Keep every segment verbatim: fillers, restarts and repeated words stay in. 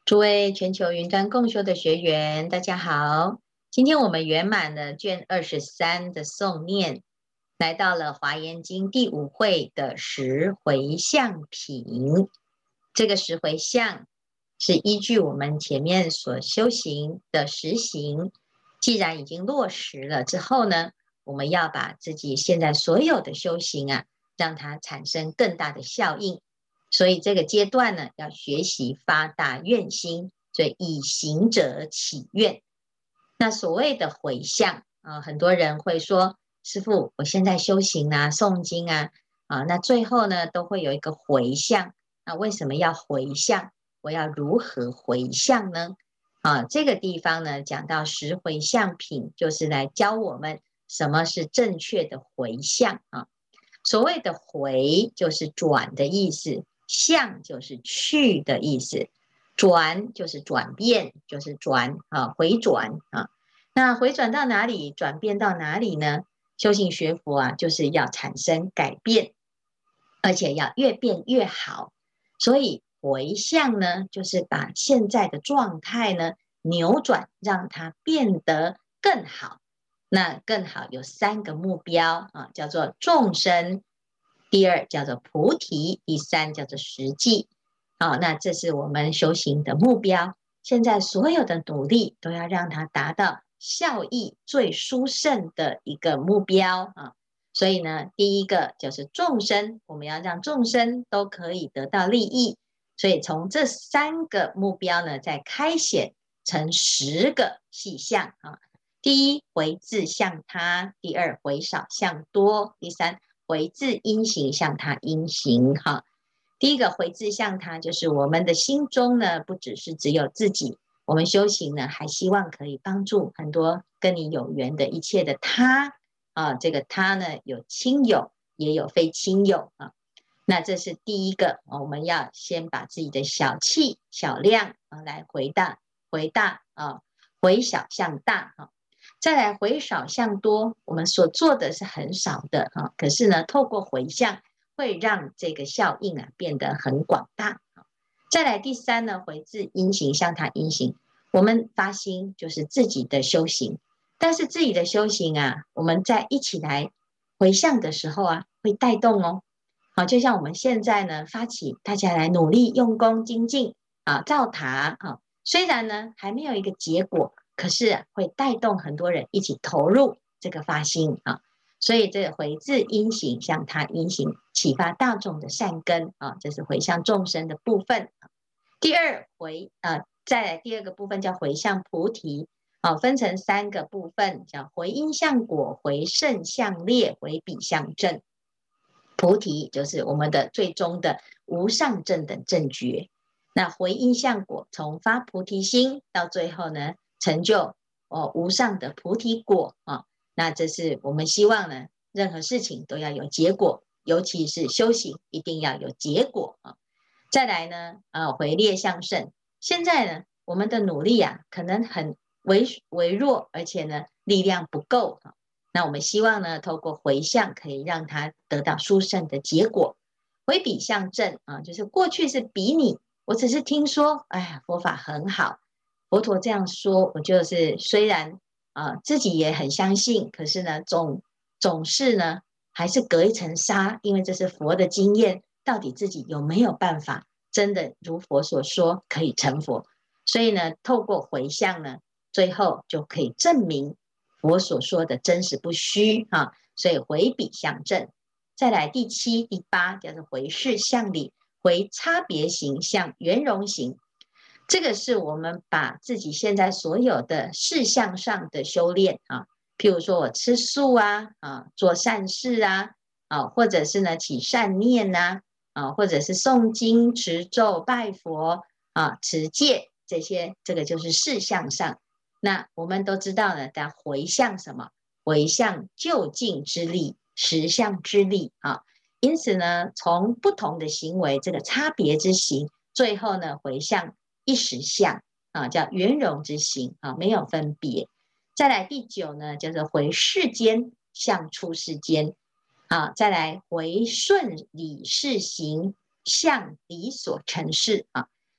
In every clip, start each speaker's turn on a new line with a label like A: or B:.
A: 诸位全球云端共修的学员，大家好！今天我们圆满了卷二十三的诵念，来到了华严经第五会的十回向品。这个十回向是依据我们前面所修行的实行，既然已经落实了之后呢，我们要把自己现在所有的修行啊，让它产生更大的效应。所以这个阶段呢，要学习发大愿心，所以以行者起愿。那所谓的回向啊，很多人会说，师父，我现在修行啊，诵经啊，啊，那最后呢，都会有一个回向。那为什么要回向？我要如何回向呢？啊，这个地方呢，讲到十回向品，就是来教我们什么是正确的回向啊。所谓的回，就是转的意思。向就是去的意思，转就是转变，就是转啊，回转啊。那回转到哪里，转变到哪里呢？修行学佛啊，就是要产生改变，而且要越变越好。所以回向呢，就是把现在的状态呢扭转，让它变得更好。那更好有三个目标啊，叫做众生。第二叫做菩提，第三叫做实际。好，那这是我们修行的目标。现在所有的努力都要让它达到效益最殊胜的一个目标啊。所以呢，第一个就是众生，我们要让众生都可以得到利益。所以从这三个目标呢，再开显成十个细项啊。第一，回自向他；第二，回少向多；第三，回自因行向他因行哈。第一个回自向他，就是我们的心中呢，不只是只有自己，我们修行呢，还希望可以帮助很多跟你有缘的一切的他啊。这个他呢，有亲友，也有非亲友啊。那这是第一个，我们要先把自己的小气、小量啊，来回大、回大啊，回小向大啊。再来回少向多，我们所做的是很少的啊，可是呢，透过回向会让这个效应啊变得很广大。再来第三呢，回自因行向他因行，我们发心就是自己的修行，但是自己的修行啊，我们在一起来回向的时候啊，会带动哦。好，就像我们现在呢，发起大家来努力用功精进啊，造塔啊，虽然呢还没有一个结果。可是会带动很多人一起投入这个发心啊，所以这个回自因行向他因行，启发大众的善根啊，这是回向众生的部分。第二回啊，再来第二个部分叫回向菩提啊，分成三个部分，叫回因向果、回胜向劣、回彼向正。菩提就是我们的最终的无上正等正觉。那回因向果，从发菩提心到最后呢，成就哦无上的菩提果啊。那这是我们希望呢，任何事情都要有结果，尤其是修行一定要有结果啊。再来呢，啊回劣向胜。现在呢，我们的努力啊，可能很微微弱，而且呢，力量不够啊。那我们希望呢，透过回向可以让它得到殊胜的结果。回彼向正啊，就是过去是比你，我只是听说，哎呀，佛法很好，佛陀这样说，我就是虽然啊自己也很相信，可是呢，总总是呢还是隔一层纱，因为这是佛的经验，到底自己有没有办法真的如佛所说可以成佛？所以呢，透过回向呢，最后就可以证明佛所说的真实不虚啊。所以回彼向正。再来第七、第八叫做回事向理，回差别行向圆融行。这个是我们把自己现在所有的事项上的修炼啊，譬如说我吃素啊，啊做善事啊，啊或者是呢起善念呐，啊或者是诵经、持咒、拜佛啊、持戒这些，这个就是事项上。那我们都知道呢，但回向什么？回向就近之力、实相之力啊。因此呢，从不同的行为，这个差别之行，最后呢回向一实相啊，叫圆融之行啊，没有分别。再来第九呢，叫做回世间向出世间啊，再来回顺理事行向理所成事啊。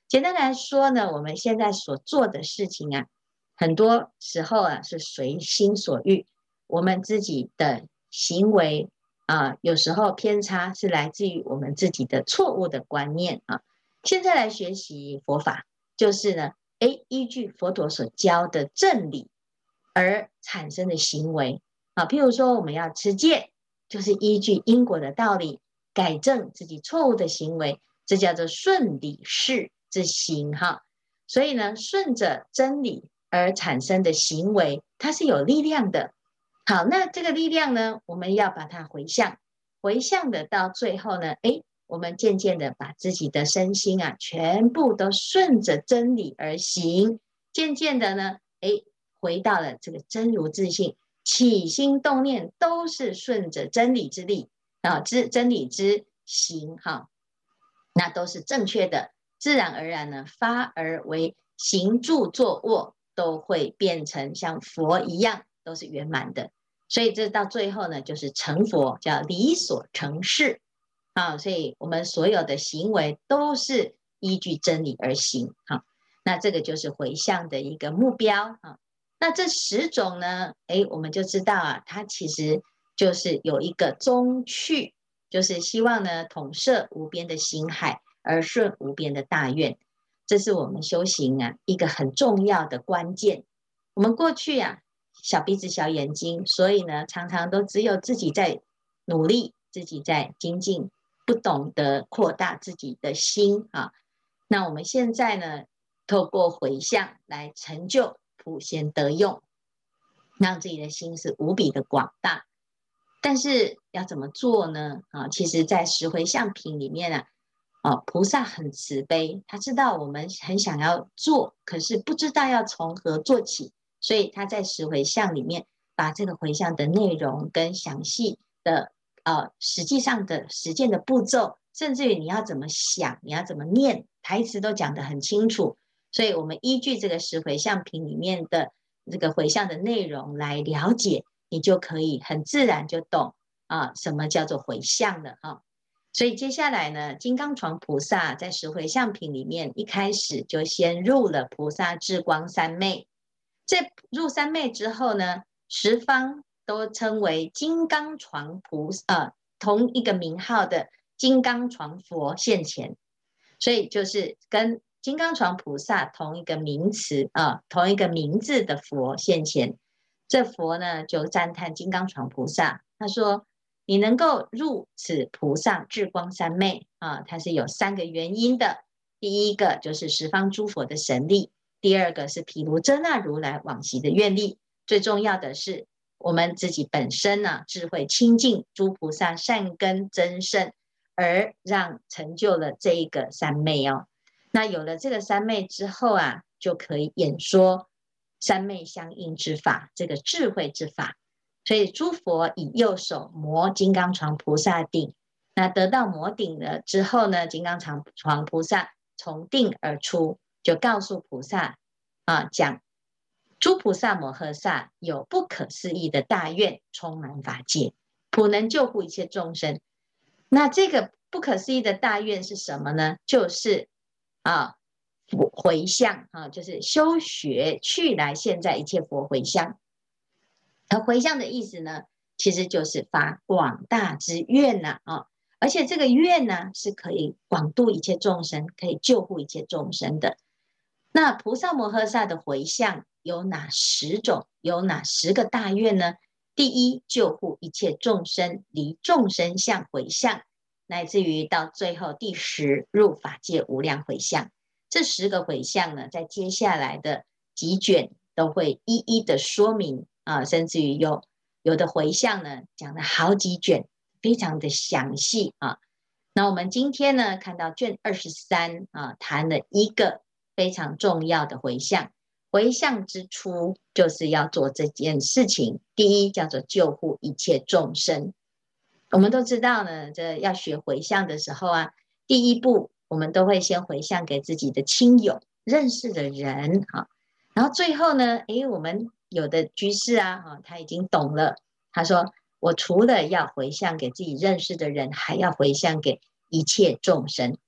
A: 简单来说呢，我们现在所做的事情啊，很多时候啊是随心所欲，我们自己的行为啊，有时候偏差是来自于我们自己的错误的观念啊。现在来学习佛法，就是呢，诶，依据佛陀所教的正理而产生的行为啊。譬如说，我们要持戒，就是依据因果的道理改正自己错误的行为，这叫做顺理事之行哈。所以呢，顺着真理而产生的行为，它是有力量的。好，那这个力量呢，我们要把它回向，回向的到最后呢，诶，我们渐渐的把自己的身心啊，全部都顺着真理而行，渐渐的呢，诶，回到了这个真如自性，起心动念都是顺着真理之力啊，之真理之行哈，那都是正确的，自然而然呢，发而为行住坐卧都会变成像佛一样，都是圆满的。所以这到最后呢，就是成佛，叫理所成事啊。所以我们所有的行为都是依据真理而行啊。那这个就是回向的一个目标啊。那这十种呢，诶，我们就知道啊，它其实就是有一个宗趣，就是希望呢统摄无边的心海，而顺无边的大愿。这是我们修行啊一个很重要的关键。我们过去啊，小鼻子小眼睛，所以呢，常常都只有自己在努力，自己在精进，不懂得扩大自己的心啊。那我们现在呢，透过回向来成就普贤得用，让自己的心是无比的广大。但是要怎么做呢？啊，其实，在十回向品里面啊，啊，菩萨很慈悲，他知道我们很想要做，可是不知道要从何做起，所以他在十回向里面把这个回向的内容跟详细的呃实际上的实践的步骤，甚至于你要怎么想，你要怎么念，台词都讲得很清楚。所以我们依据这个十回向品里面的这个回向的内容来了解。你就可以很自然就懂啊，什么叫做回向了啊。所以接下来呢，金刚幢菩萨在十回向品里面一开始就先入了菩萨智光三昧。这入三昧之后呢，十方都称为金刚幢菩萨，呃，同一个名号的金刚幢佛现前，所以就是跟金刚幢菩萨同一个名词啊、呃，同一个名字的佛现前。这佛呢就赞叹金刚幢菩萨，他说：“你能够入此菩萨智光三昧啊，它是有三个原因的。第一个就是十方诸佛的神力，第二个是毗卢遮那如来往昔的愿力，最重要的是我们自己本身呢、啊、智慧清净，诸菩萨善根增盛，而让成就了这一个三昧哦。那有了这个三昧之后啊，就可以演说。”三昧相应之法，这个智慧之法，所以诸佛以右手摩金刚幢菩萨顶，那得到摩顶了之后呢，金刚幢菩萨从定而出，就告诉菩萨啊，讲诸菩萨摩诃萨有不可思议的大愿，充满法界，普能救护一切众生。那这个不可思议的大愿是什么呢？就是啊。回向啊，就是修学去来现在一切佛回向。而回向的意思呢，其实就是发广大之愿呐啊，而且这个愿呢是可以广度一切众生，可以救护一切众生的。那菩萨摩诃萨的回向有哪十种？有哪十个大愿呢？第一，救护一切众生离众生相回向，乃至于到最后第十入法界无量回向。这十个回向呢，在接下来的几卷都会一一的说明啊，甚至于有有的回向呢，讲了好几卷，非常的详细啊。那我们今天呢，看到卷二十三啊，谈了一个非常重要的回向。回向之初，就是要做这件事情。第一叫做救护一切众生。我们都知道呢，这要学回向的时候啊，第一步我们都会先回向给自己的亲友、认识的人哈，然后最后呢，诶，我们有的居士啊，哈，他已经懂了，他说我除了要回向给自己认识的人，还要回向给一切众生。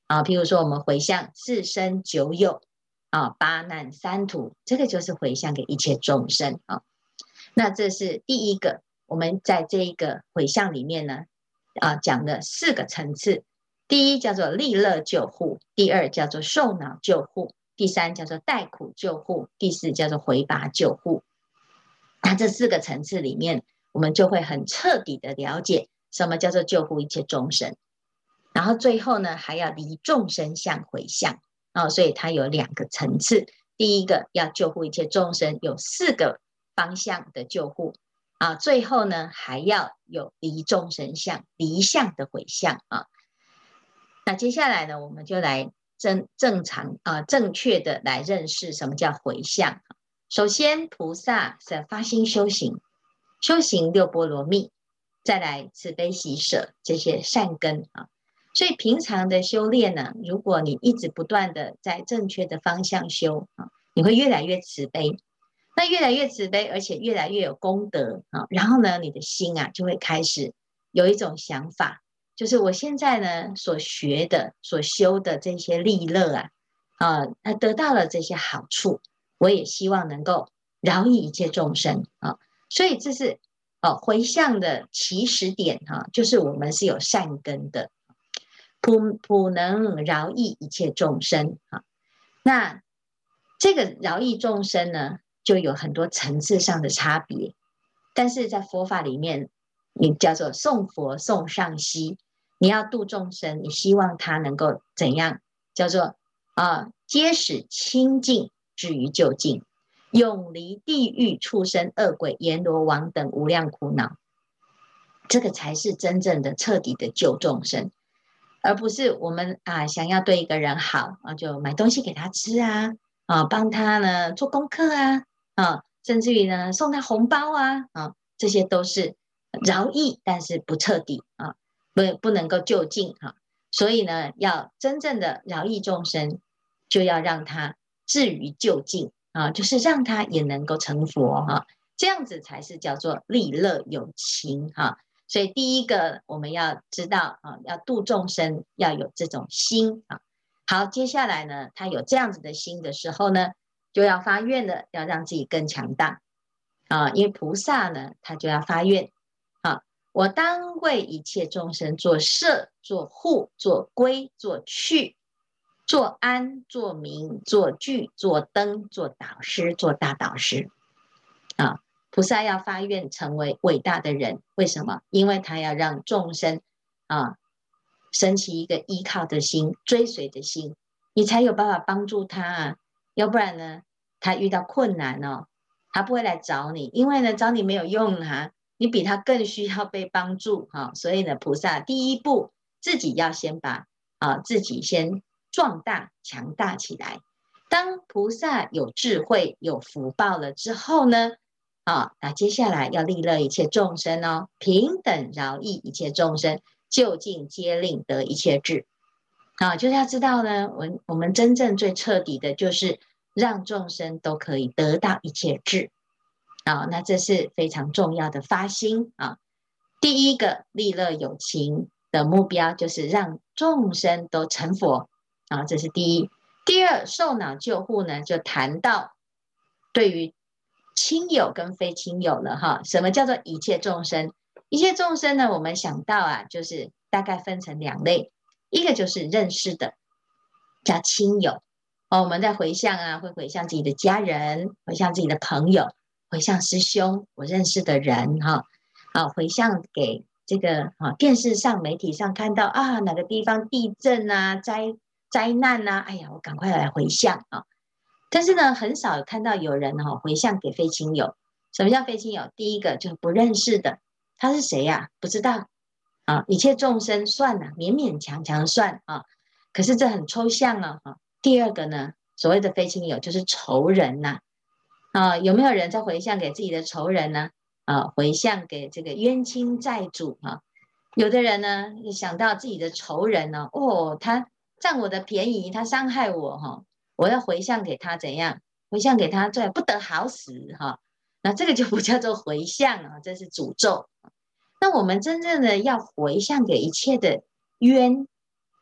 A: 啊，譬如说我们回向四生九有啊，八难三途，这个就是回向给一切众生啊。那这是第一个，我们在这一个回向里面呢，啊，讲的四个层次。第一叫做利乐救护，第二叫做受恼救护，第三叫做代苦救护，第四叫做回拔救护。那这四个层次里面，我们就会很彻底的了解什么叫做救护一切众生。然后最后呢，还要离众生相回向啊，所以它有两个层次。第一个要救护一切众生，有四个方向的救护啊。最后呢，还要有离众生相、离相的回向啊。那接下来呢，我们就来正正常啊、呃、正确的来认识什么叫回向。首先，菩萨是发心修行，修行六波罗蜜，再来慈悲喜舍这些善根啊。所以平常的修炼呢，如果你一直不断的在正确的方向修啊，你会越来越慈悲。那越来越慈悲，而且越来越有功德啊。然后呢，你的心啊就会开始有一种想法。就是我现在呢所学的、所修的这些利乐啊，啊，他得到了这些好处，我也希望能够饶益一切众生啊。所以这是哦回向的起始点哈、啊，就是我们是有善根的，普普能饶益一切众生啊。那这个饶益众生呢，就有很多层次上的差别，但是在佛法里面，你叫做送佛送上西。你要度众生，你希望他能够怎样？叫做啊，皆使清净，至于究竟，永离地狱、畜生、恶鬼、阎罗王等无量苦恼。这个才是真正的彻底的救众生，而不是我们啊想要对一个人好啊，就买东西给他吃啊，啊帮他呢做功课啊，啊甚至于呢送他红包啊，啊这些都是饶益，但是不彻底啊。不不能够就近哈、啊，所以呢，要真正的饶益众生，就要让他至于就近啊，就是让他也能够成佛哈、啊，这样子才是叫做利乐有情哈、啊。所以第一个我们要知道啊，要度众生要有这种心啊。好，接下来呢，他有这样子的心的时候呢，就要发愿了，要让自己更强大啊，因为菩萨呢，他就要发愿。我当为一切众生做摄、做护、做归、做去、做安、做明、做具、做灯、做导师、做大导师啊！菩萨要发愿成为伟大的人，为什么？因为他要让众生啊升起一个依靠的心、追随的心，你才有办法帮助他啊！要不然呢，他遇到困难哦，他不会来找你，因为呢找你没有用啊。你比他更需要被帮助哈、啊，所以呢，菩萨第一步自己要先把啊自己先壮大强大起来。当菩萨有智慧有福报了之后呢，啊，那接下来要利乐一切众生哦，平等饶益一切众生，究竟皆令得一切智。啊，就是要知道呢，我我们真正最彻底的就是让众生都可以得到一切智。啊，那这是非常重要的发心啊。第一个利乐有情的目标就是让众生都成佛啊，这是第一。第二，受恼救护呢，就谈到对于亲友跟非亲友了哈。什么叫做一切众生？一切众生呢，我们想到啊，就是大概分成两类，一个就是认识的，叫亲友哦。我们在回向啊，会回向自己的家人，回向自己的朋友。回向师兄，我认识的人哈，啊，回向给这个啊电视上、媒体上看到啊哪个地方地震啊、灾灾难啊，哎呀，我赶快来回向啊。但是呢，很少看到有人哈、啊、回向给非亲友。什么叫非亲友？第一个就是不认识的，他是谁呀、啊？不知道啊。一切众生算了，勉勉强强算啊。可是这很抽象啊。啊第二个呢，所谓的非亲友就是仇人呐、啊。啊，有没有人在回向给自己的仇人呢？啊，回向给这个冤亲债主啊。有的人呢，想到自己的仇人呢，哦，他占我的便宜，他伤害我哈、哦，我要回向给他怎样？回向给他，最不得好死哈、哦。那这个就不叫做回向啊，这是诅咒。那我们真正的要回向给一切的冤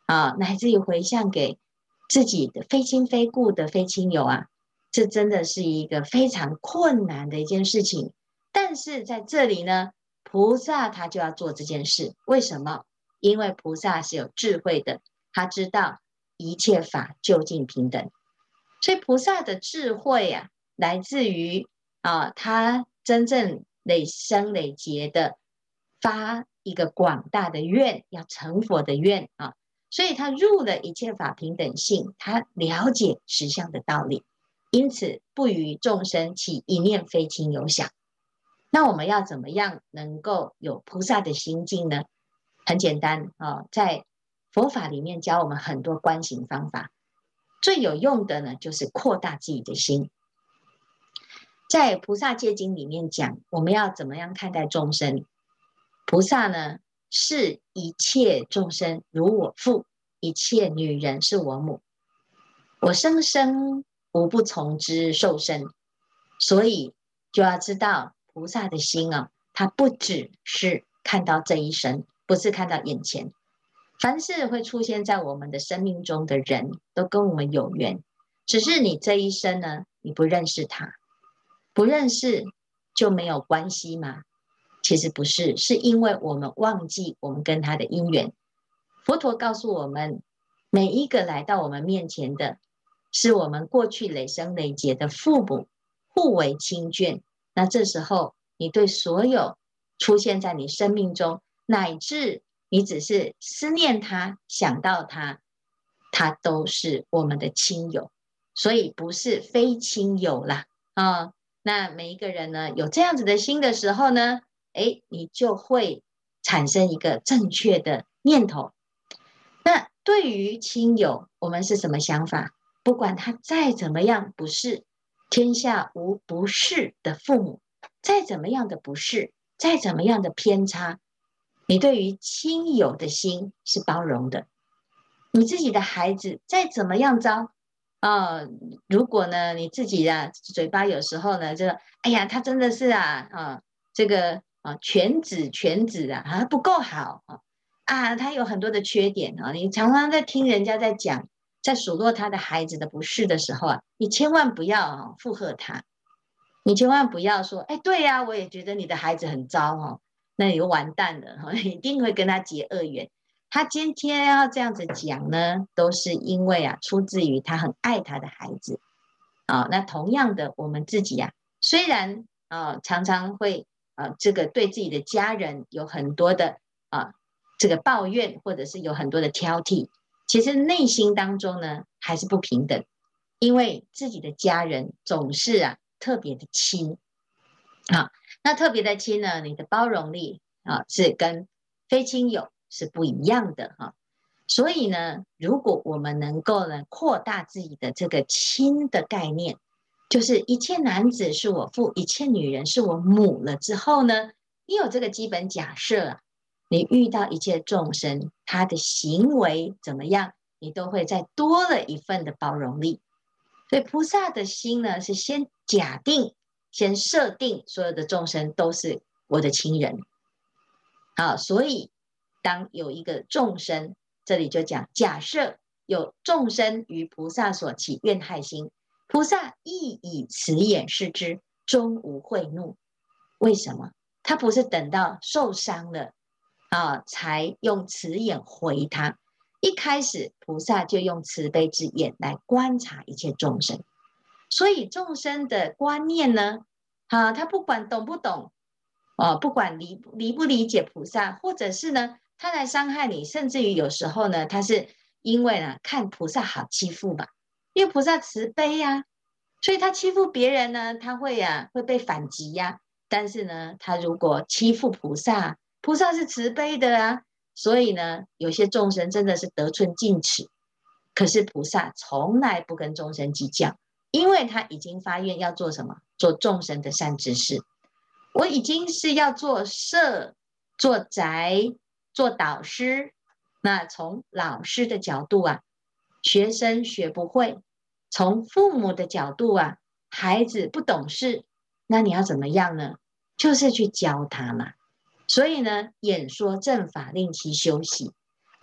A: 啊，乃至于回向给自己的非亲非故的非亲友啊，这真的是一个非常困难的一件事情。但是在这里呢，菩萨他就要做这件事，为什么？因为菩萨是有智慧的，他知道一切法究竟平等，所以菩萨的智慧啊，来自于啊，他真正累生累劫的发一个广大的愿，要成佛的愿啊，所以他入了一切法平等性，他了解实相的道理，因此不与众生起一念非亲有想。那我们要怎么样能够有菩萨的心境呢？很简单啊，在佛法里面教我们很多观行方法，最有用的呢就是扩大自己的心。在菩萨戒经里面讲，我们要怎么样看待众生？菩萨呢，视一切众生如我父，一切女人是我母，我生生无不从之受生。所以就要知道菩萨的心啊，他不只是看到这一生，不是看到眼前，凡是会出现在我们的生命中的人都跟我们有缘，只是你这一生呢，你不认识他，不认识就没有关系吗？其实不是，是因为我们忘记我们跟他的因缘。佛陀告诉我们，每一个来到我们面前的，是我们过去累生累劫的父母，互为亲眷。那这时候，你对所有出现在你生命中，乃至你只是思念他、想到他，他都是我们的亲友，所以不是非亲友啦啊、哦。那每一个人呢，有这样子的心的时候呢，哎，你就会产生一个正确的念头。那对于亲友，我们是什么想法？不管他再怎么样不是，天下无不是的父母，再怎么样的不是，再怎么样的偏差，你对于亲友的心是包容的。你自己的孩子再怎么样糟啊、呃，如果呢你自己啊嘴巴有时候呢，就哎呀，他真的是啊啊这个啊犬子犬子啊，啊不够好啊。啊，他有很多的缺点啊！你常常在听人家在讲，在数落他的孩子的不是的时候啊，你千万不要啊附和他，你千万不要说，哎，对呀、啊，我也觉得你的孩子很糟哈、哦，那你就完蛋了哈，一定会跟他结恶缘。他今天要这样子讲呢，都是因为啊，出自于他很爱他的孩子啊。那同样的，我们自己呀、啊，虽然啊常常会啊这个对自己的家人有很多的啊。这个抱怨，或者是有很多的挑剔，其实内心当中呢还是不平等，因为自己的家人总是啊特别的亲啊，那特别的亲呢，你的包容力啊是跟非亲友是不一样的哈、啊。所以呢，如果我们能够呢扩大自己的这个亲的概念，就是一切男子是我父，一切女人是我母了之后呢，你有这个基本假设啊。你遇到一切众生，他的行为怎么样，你都会再多了一份的包容力。所以菩萨的心呢，是先假定、先设定所有的众生都是我的亲人。好，所以当有一个众生，这里就讲假设有众生于菩萨所起怨害心，菩萨亦以此眼视之，终无恚怒。为什么？他不是等到受伤了啊，才用慈眼回他。一开始菩萨就用慈悲之眼来观察一切众生，所以众生的观念呢，啊，他不管懂不懂，啊，不管理理不理解菩萨，或者是呢，他来伤害你，甚至于有时候呢，他是因为呢看菩萨好欺负嘛，因为菩萨慈悲呀、啊，所以他欺负别人呢，他会呀、啊、会被反击呀、啊。但是呢，他如果欺负菩萨，菩萨是慈悲的啊，所以呢，有些众生真的是得寸进尺，可是菩萨从来不跟众生计较，因为他已经发愿要做什么？做众生的善知识。我已经是要做舍、做宅、做导师。那从老师的角度啊，学生学不会；从父母的角度啊，孩子不懂事，那你要怎么样呢？就是去教他嘛。所以呢，演说正法，令其休息。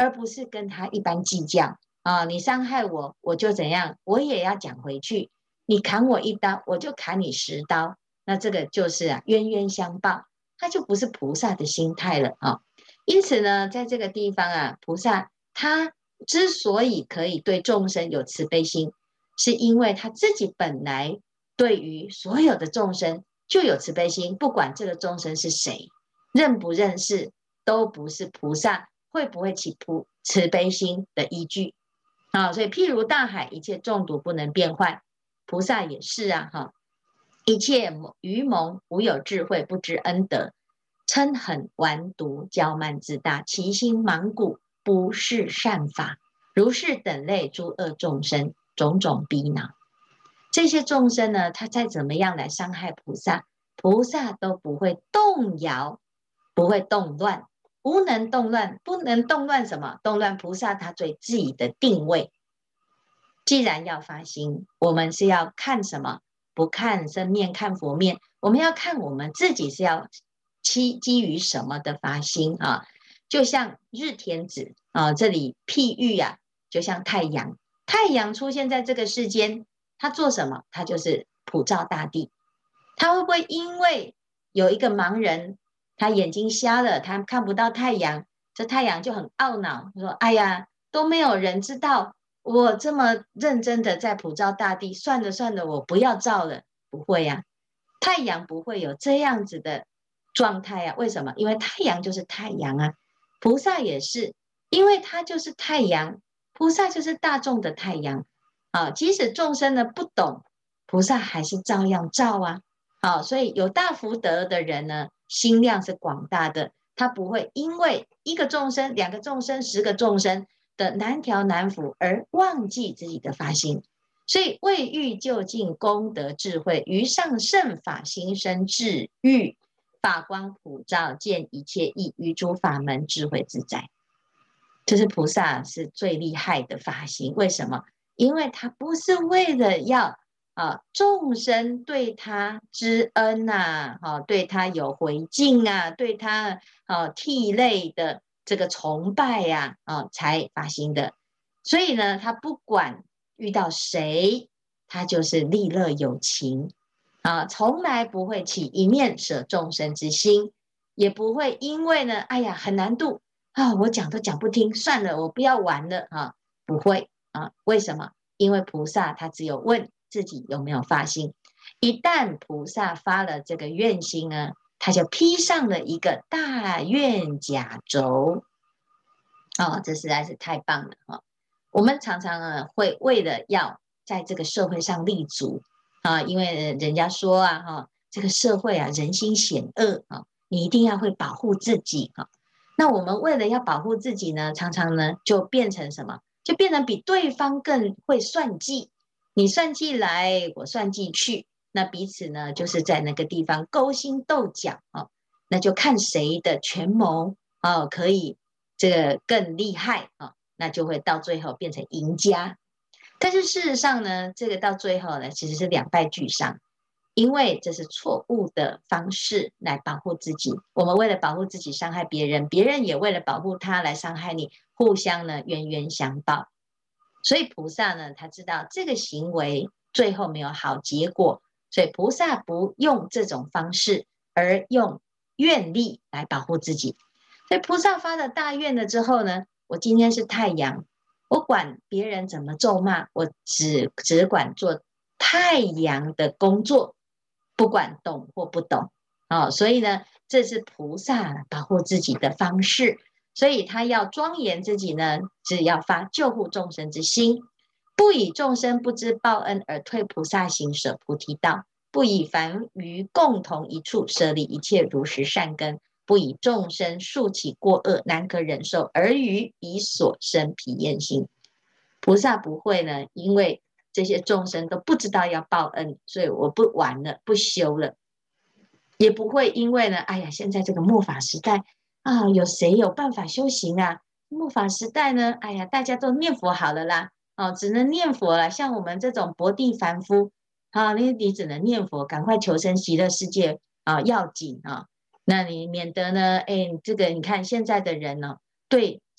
A: 而不是跟他一般计较啊。你伤害我，我就怎样，我也要讲回去。你砍我一刀，我就砍你十刀。那这个就是啊，冤冤相报，它就不是菩萨的心态了啊。因此呢，在这个地方啊，菩萨他之所以可以对众生有慈悲心，是因为他自己本来对于所有的众生就有慈悲心，不管这个众生是谁，认不认识，都不是菩萨会不会起菩慈悲心的依据啊。所以，譬如大海，一切众毒不能变坏，菩萨也是啊，哈。一切愚蒙无有智慧，不知恩德，嗔狠顽毒，骄慢自大，其心盲古，不是善法。如是等类诸恶众生，种种逼恼。这些众生呢，他再怎么样来伤害菩萨，菩萨都不会动摇，不会动乱，无能动乱，不能动乱什么？动乱菩萨他对自己的定位。既然要发心，我们是要看什么？不看生面，看佛面。我们要看我们自己是要基基于什么的发心啊？就像日天子啊，这里譬喻啊，就像太阳，太阳出现在这个世间，它做什么？它就是普照大地。它会不会因为有一个盲人，他眼睛瞎了，他看不到太阳，这太阳就很懊恼，说：哎呀，都没有人知道我这么认真的在普照大地，算了算了，我不要照了。不会呀、啊，太阳不会有这样子的状态啊。为什么？因为太阳就是太阳啊。菩萨也是，因为他就是太阳，菩萨就是大众的太阳啊。即使众生呢不懂，菩萨还是照样照啊。好，所以有大福德的人呢，心量是广大的，他不会因为一个众生、两个众生、十个众生的难调难服而忘记自己的发心。所以为欲就近功德智慧，于上圣法心生智欲，法光普照，见一切义，于诸法门智慧自在。这是菩萨是最厉害的发心。为什么？因为他不是为了要啊众生对他知恩呐、啊，对他有回敬啊，对他啊涕泪的这个崇拜呀 啊, 啊才发心的。所以呢，他不管遇到谁，他就是利乐有情啊，从来不会起一念舍众生之心，也不会因为呢，哎呀很难度啊，我讲都讲不听，算了，我不要玩了啊，不会啊。为什么？因为菩萨他只有问自己有没有发心，一旦菩萨发了这个愿心呢，他就披上了一个大愿甲帚啊，这实在是太棒了啊！我们常常啊会为了要在这个社会上立足啊，因为人家说啊哈，这个社会啊人心险恶啊，你一定要会保护自己啊。那我们为了要保护自己呢，常常呢就变成什么？就变成比对方更会算计。你算计来，我算计去，那彼此呢就是在那个地方勾心斗角啊。那就看谁的权谋啊可以这个更厉害啊，那就会到最后变成赢家。但是事实上呢，这个到最后呢，其实是两败俱伤。因为这是错误的方式来保护自己，我们为了保护自己伤害别人，别人也为了保护他来伤害你，互相呢冤冤相报。所以菩萨呢，他知道这个行为最后没有好结果，所以菩萨不用这种方式，而用愿力来保护自己。所以菩萨发了大愿了之后呢，我今天是太阳，我管别人怎么咒骂，我只只管做太阳的工作。不管懂或不懂啊、哦，所以呢，这是菩萨保护自己的方式。所以他要庄严自己呢，是要发救护众生之心，不以众生不知报恩而退菩萨行，舍菩提道；不以凡于共同一处，舍离一切如实善根；不以众生竖起过恶难可忍受，而于彼所生彼厌心。菩萨不会呢，因为这些众生都不知道要报恩，所以我不玩了，不修了。也不会因为呢，哎呀，现在这个末法时代啊，有谁有办法修行啊？末法时代呢，哎呀，大家都念佛好了啦，哦，只能念佛了。像我们这种薄地凡夫，啊，你你只能念佛，赶快求生极乐世界啊，要紧啊。那你免得呢，哎，这个你看现在的人呢、哦，对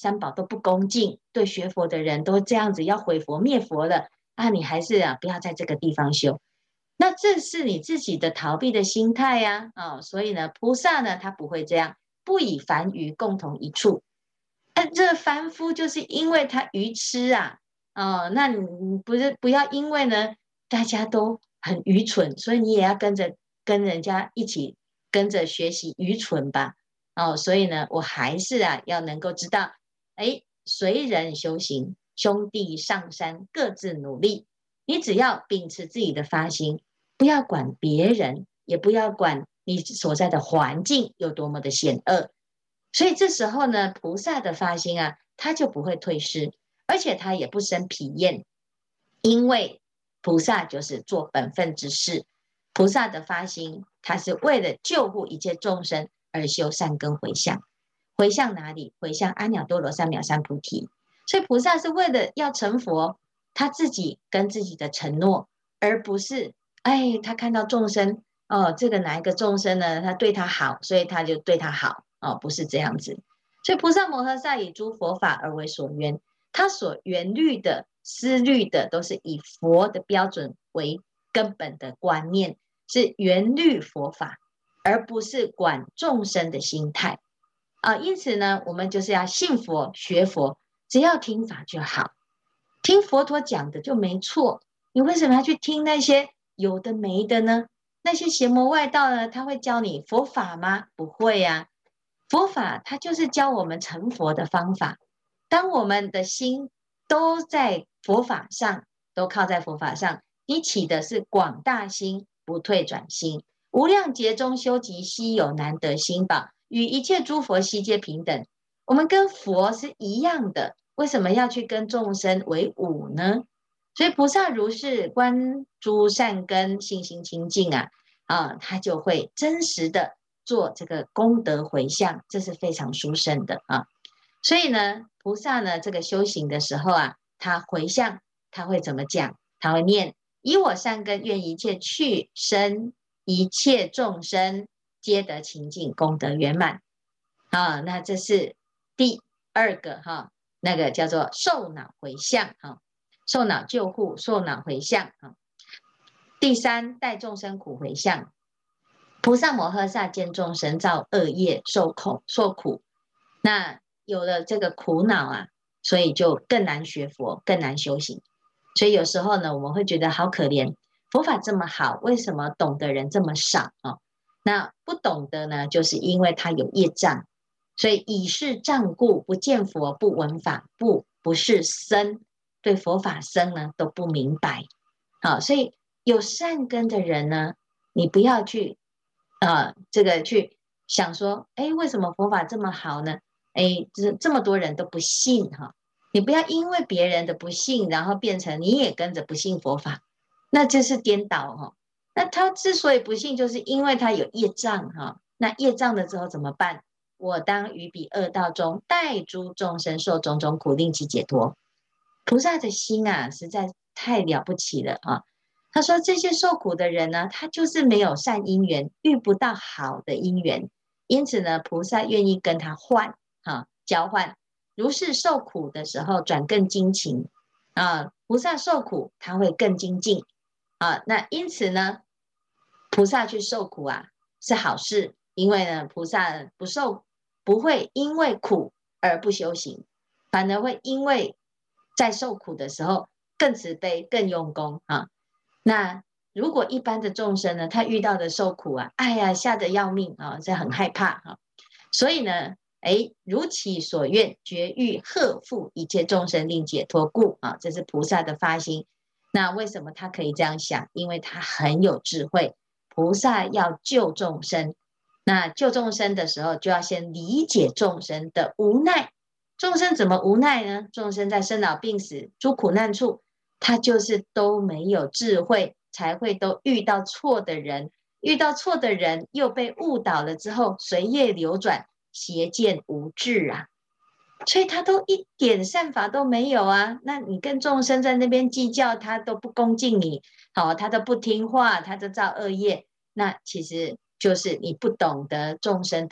A: 三宝都不恭敬，对学佛的人都这样子要毁佛灭佛了，啊，你还是啊不要在这个地方修。那这是你自己的逃避的心态呀、啊，哦，所以呢，菩萨呢他不会这样，不以凡愚共同一处。啊，这凡夫就是因为他愚痴啊，哦，那你不是不要因为呢大家都很愚蠢，所以你也要跟着跟人家一起跟着学习愚蠢吧。哦，所以呢，我还是啊要能够知道，哎，随人修行，兄弟上山各自努力。你只要秉持自己的发心，不要管别人，也不要管你所在的环境有多么的险恶。所以这时候呢，菩萨的发心啊，他就不会退失，而且他也不生疲厌，因为菩萨就是做本分之事。菩萨的发心，他是为了救护一切众生而修善根回向。回向哪里？回向阿耨多罗三藐三菩提。所以菩萨是为了要成佛，他自己跟自己的承诺，而不是哎，他看到众生哦，这个哪一个众生呢？他对他好，所以他就对他好哦，不是这样子。所以菩萨摩诃萨以诸佛法而为所缘，他所缘虑的、思虑的，都是以佛的标准为根本的观念，是缘虑佛法，而不是管众生的心态啊。因此呢，我们就是要信佛、学佛，只要听法就好，听佛陀讲的就没错。你为什么要去听那些有的没的呢？那些邪魔外道呢？他会教你佛法吗？不会呀、啊。佛法它就是教我们成佛的方法。当我们的心都在佛法上，都靠在佛法上，你起的是广大心，不退转心，无量劫中修集稀有难得心宝，与一切诸佛悉皆平等。我们跟佛是一样的，为什么要去跟众生为伍呢？所以菩萨如是观诸善根，信心清净啊，啊，他就会真实的做这个功德回向，这是非常殊胜的啊。所以呢，菩萨呢，这个修行的时候啊，他回向，他会怎么讲？他会念：以我善根，愿一切去生，一切众生皆得清净，功德圆满。啊，那这是第二个哈，那个叫做受恼回向哈，受恼救护，受恼回向啊。第三，代众生苦回向。菩萨摩诃萨见众生造恶业，受苦受苦，那有了这个苦恼啊，所以就更难学佛，更难修行。所以有时候呢，我们会觉得好可怜，佛法这么好，为什么懂的人这么少啊？那不懂的呢，就是因为他有业障，所以以是障故，不见佛，不闻法，不不是僧，对佛法僧呢都不明白。好，所以有善根的人呢，你不要去呃这个去想说，哎，为什么佛法这么好呢？哎，这这么多人都不信哈，你不要因为别人的不信，然后变成你也跟着不信佛法，那就是颠倒哈。那他之所以不信，就是因为他有业障哈。那业障了之后怎么办？我当于彼恶道中，代诸众生受种种苦，令其解脱。菩萨的心啊，实在太了不起了啊！他说这些受苦的人呢，他就是没有善因缘，遇不到好的因缘，因此呢，菩萨愿意跟他换，哈、啊，交换。如是受苦的时候，转更精勤啊。菩萨受苦，他会更精进啊。那因此呢，菩萨去受苦啊，是好事，因为呢，菩萨不受，不会因为苦而不修行，反而会因为在受苦的时候更慈悲、更用功啊。那如果一般的众生呢，他遇到的受苦啊，哎呀，吓得要命啊，这很害怕啊。所以呢，哎，如其所愿，绝欲呵护一切众生，令解脱故啊，这是菩萨的发心。那为什么他可以这样想？因为他很有智慧。菩萨要救众生，那救众生的时候，就要先理解众生的无奈。众生怎么无奈呢？众生在生老病死诸苦难处，他就是都没有智慧，才会都遇到错的人，遇到错的人又被误导了之后，随业流转，邪见无智啊。所以他都一点善法都没有啊，那你跟众生在那边计较，他都不恭敬你，好，他都不听话，他都造恶业，那其实就是你不懂得众生的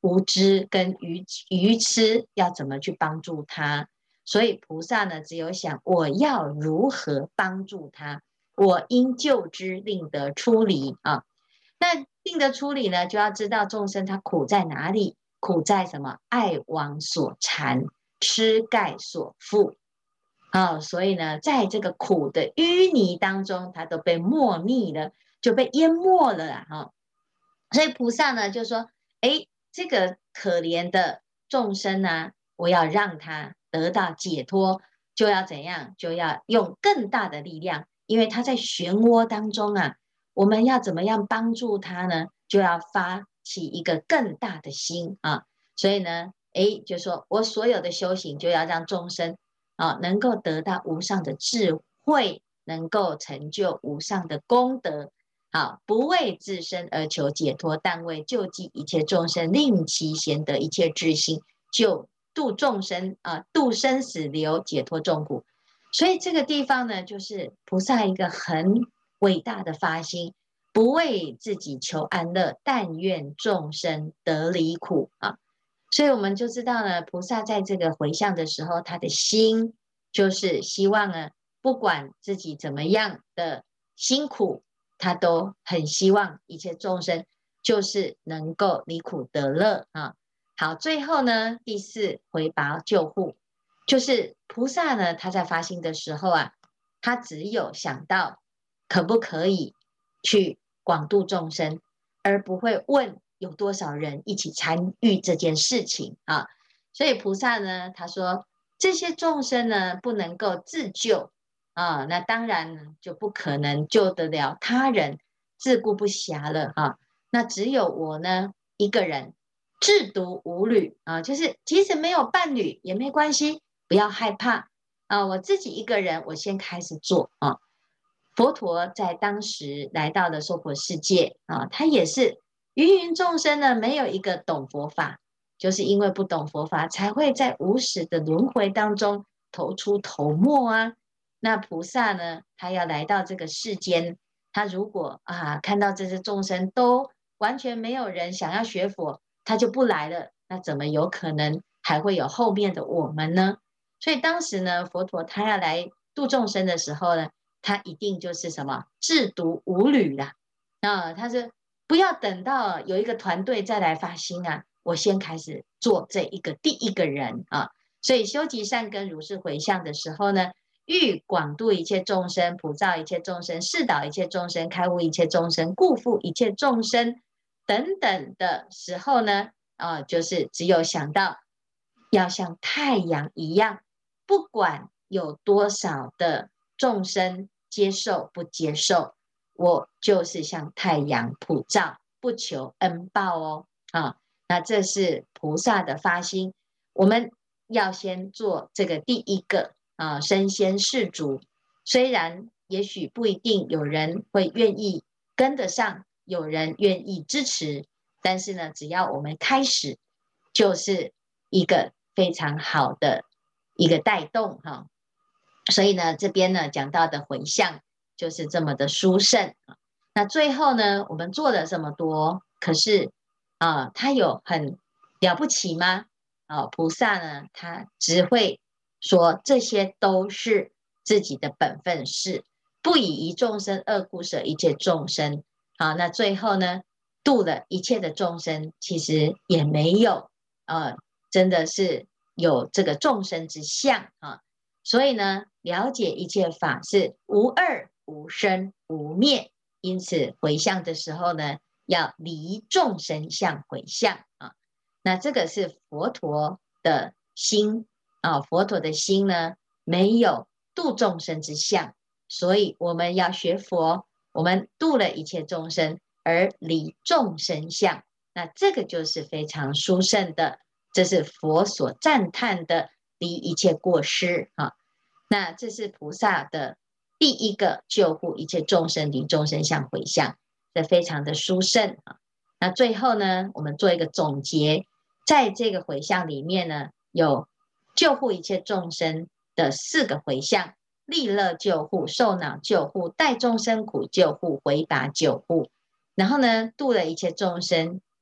A: 无知跟愚愚痴，要怎么去帮助他？所以菩萨呢，只有想我要如何帮助他，我应救之，令得出离啊。那令得出离呢，就要知道众生他苦在哪里，苦在什么？爱网所缠，痴盖所缚。啊、哦，所以呢，在这个苦的淤泥当中，他都被没溺了，就被淹没了啦。哈、哦，所以菩萨呢就说：哎，这个可怜的众生呢，我要让他得到解脱，就要怎样？就要用更大的力量，因为他在漩涡当中啊，我们要怎么样帮助他呢？就要发起一个更大的心啊。所以呢，哎，就说我所有的修行，就要让众生啊，能够得到无上的智慧，能够成就无上的功德。好，不为自身而求解脱，但为救济一切众生，令其贤得一切智心，就度众生啊，度生死流，解脱众苦。所以这个地方呢，就是菩萨一个很伟大的发心，不为自己求安乐，但愿众生得离苦啊。所以我们就知道呢，菩萨在这个回向的时候，他的心就是希望呢，不管自己怎么样的辛苦，他都很希望一切众生就是能够离苦得乐啊。好，最后呢，第四回拔救护，就是菩萨呢，他在发心的时候啊，他只有想到可不可以去广度众生，而不会问有多少人一起参与这件事情啊。所以菩萨呢，他说这些众生呢不能够自救啊，那当然就不可能救得了他人，自顾不暇了啊。那只有我呢一个人自独无侣啊，就是即使没有伴侣也没关系，不要害怕啊，我自己一个人，我先开始做啊。佛陀在当时来到了娑婆世界啊，他也是芸芸众生呢，没有一个懂佛法，就是因为不懂佛法，才会在无始的轮回当中头出头没啊。那菩萨呢，他要来到这个世间，他如果啊看到这些众生都完全没有人想要学佛，他就不来了，那怎么有可能还会有后面的我们呢？所以当时呢，佛陀他要来度众生的时候呢，他一定就是什么制毒无侣啦。啊，他是不要等到有一个团队再来发心啊，我先开始做这一个第一个人啊。所以修集善根如是回向的时候呢，欲广度一切众生，普照一切众生，示导一切众生，开悟一切众生，顾复一切众生等等的时候呢，啊，就是只有想到要像太阳一样，不管有多少的众生接受不接受，我就是像太阳普照，不求恩报哦。啊，那这是菩萨的发心，我们要先做这个第一个啊，身先士卒。虽然也许不一定有人会愿意跟得上，有人愿意支持，但是呢，只要我们开始，就是一个非常好的一个带动哈。所以呢，这边呢讲到的回向就是这么的殊胜。那最后呢，我们做了这么多，可是啊，他有很了不起吗？啊，菩萨呢，他只会说这些都是自己的本分事，不以一众生恶故舍一切众生。好，那最后呢，度了一切的众生，其实也没有呃，真的是有这个众生之相啊。所以呢，了解一切法是无二、无生、无灭。因此回向的时候呢，要离众生相回向啊。那这个是佛陀的心啊，佛陀的心呢，没有度众生之相，所以我们要学佛，我们度了一切众生而离众生相，那这个就是非常殊胜的，这是佛所赞叹的，离一切过失啊。那这是菩萨的第一个救护一切众生离众生相回向，这非常的殊胜啊。那最后呢，我们做一个总结，在这个回向里面呢，有救护一切众生的四个回向：利乐救护、受恼救护、代众生苦救护、回答救护。然后呢，度了一切众生，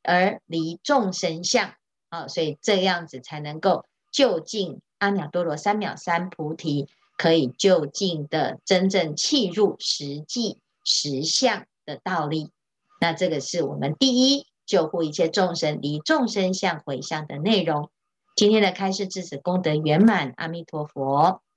A: 而离众生相啊，所以这样子才能够就近阿耨多罗三藐三菩提，可以就近的真正契入实际实相的道理。那这个是我们第一救护一切众生离众生相回向的内容。今天的开示至此功德圆满，阿弥陀佛。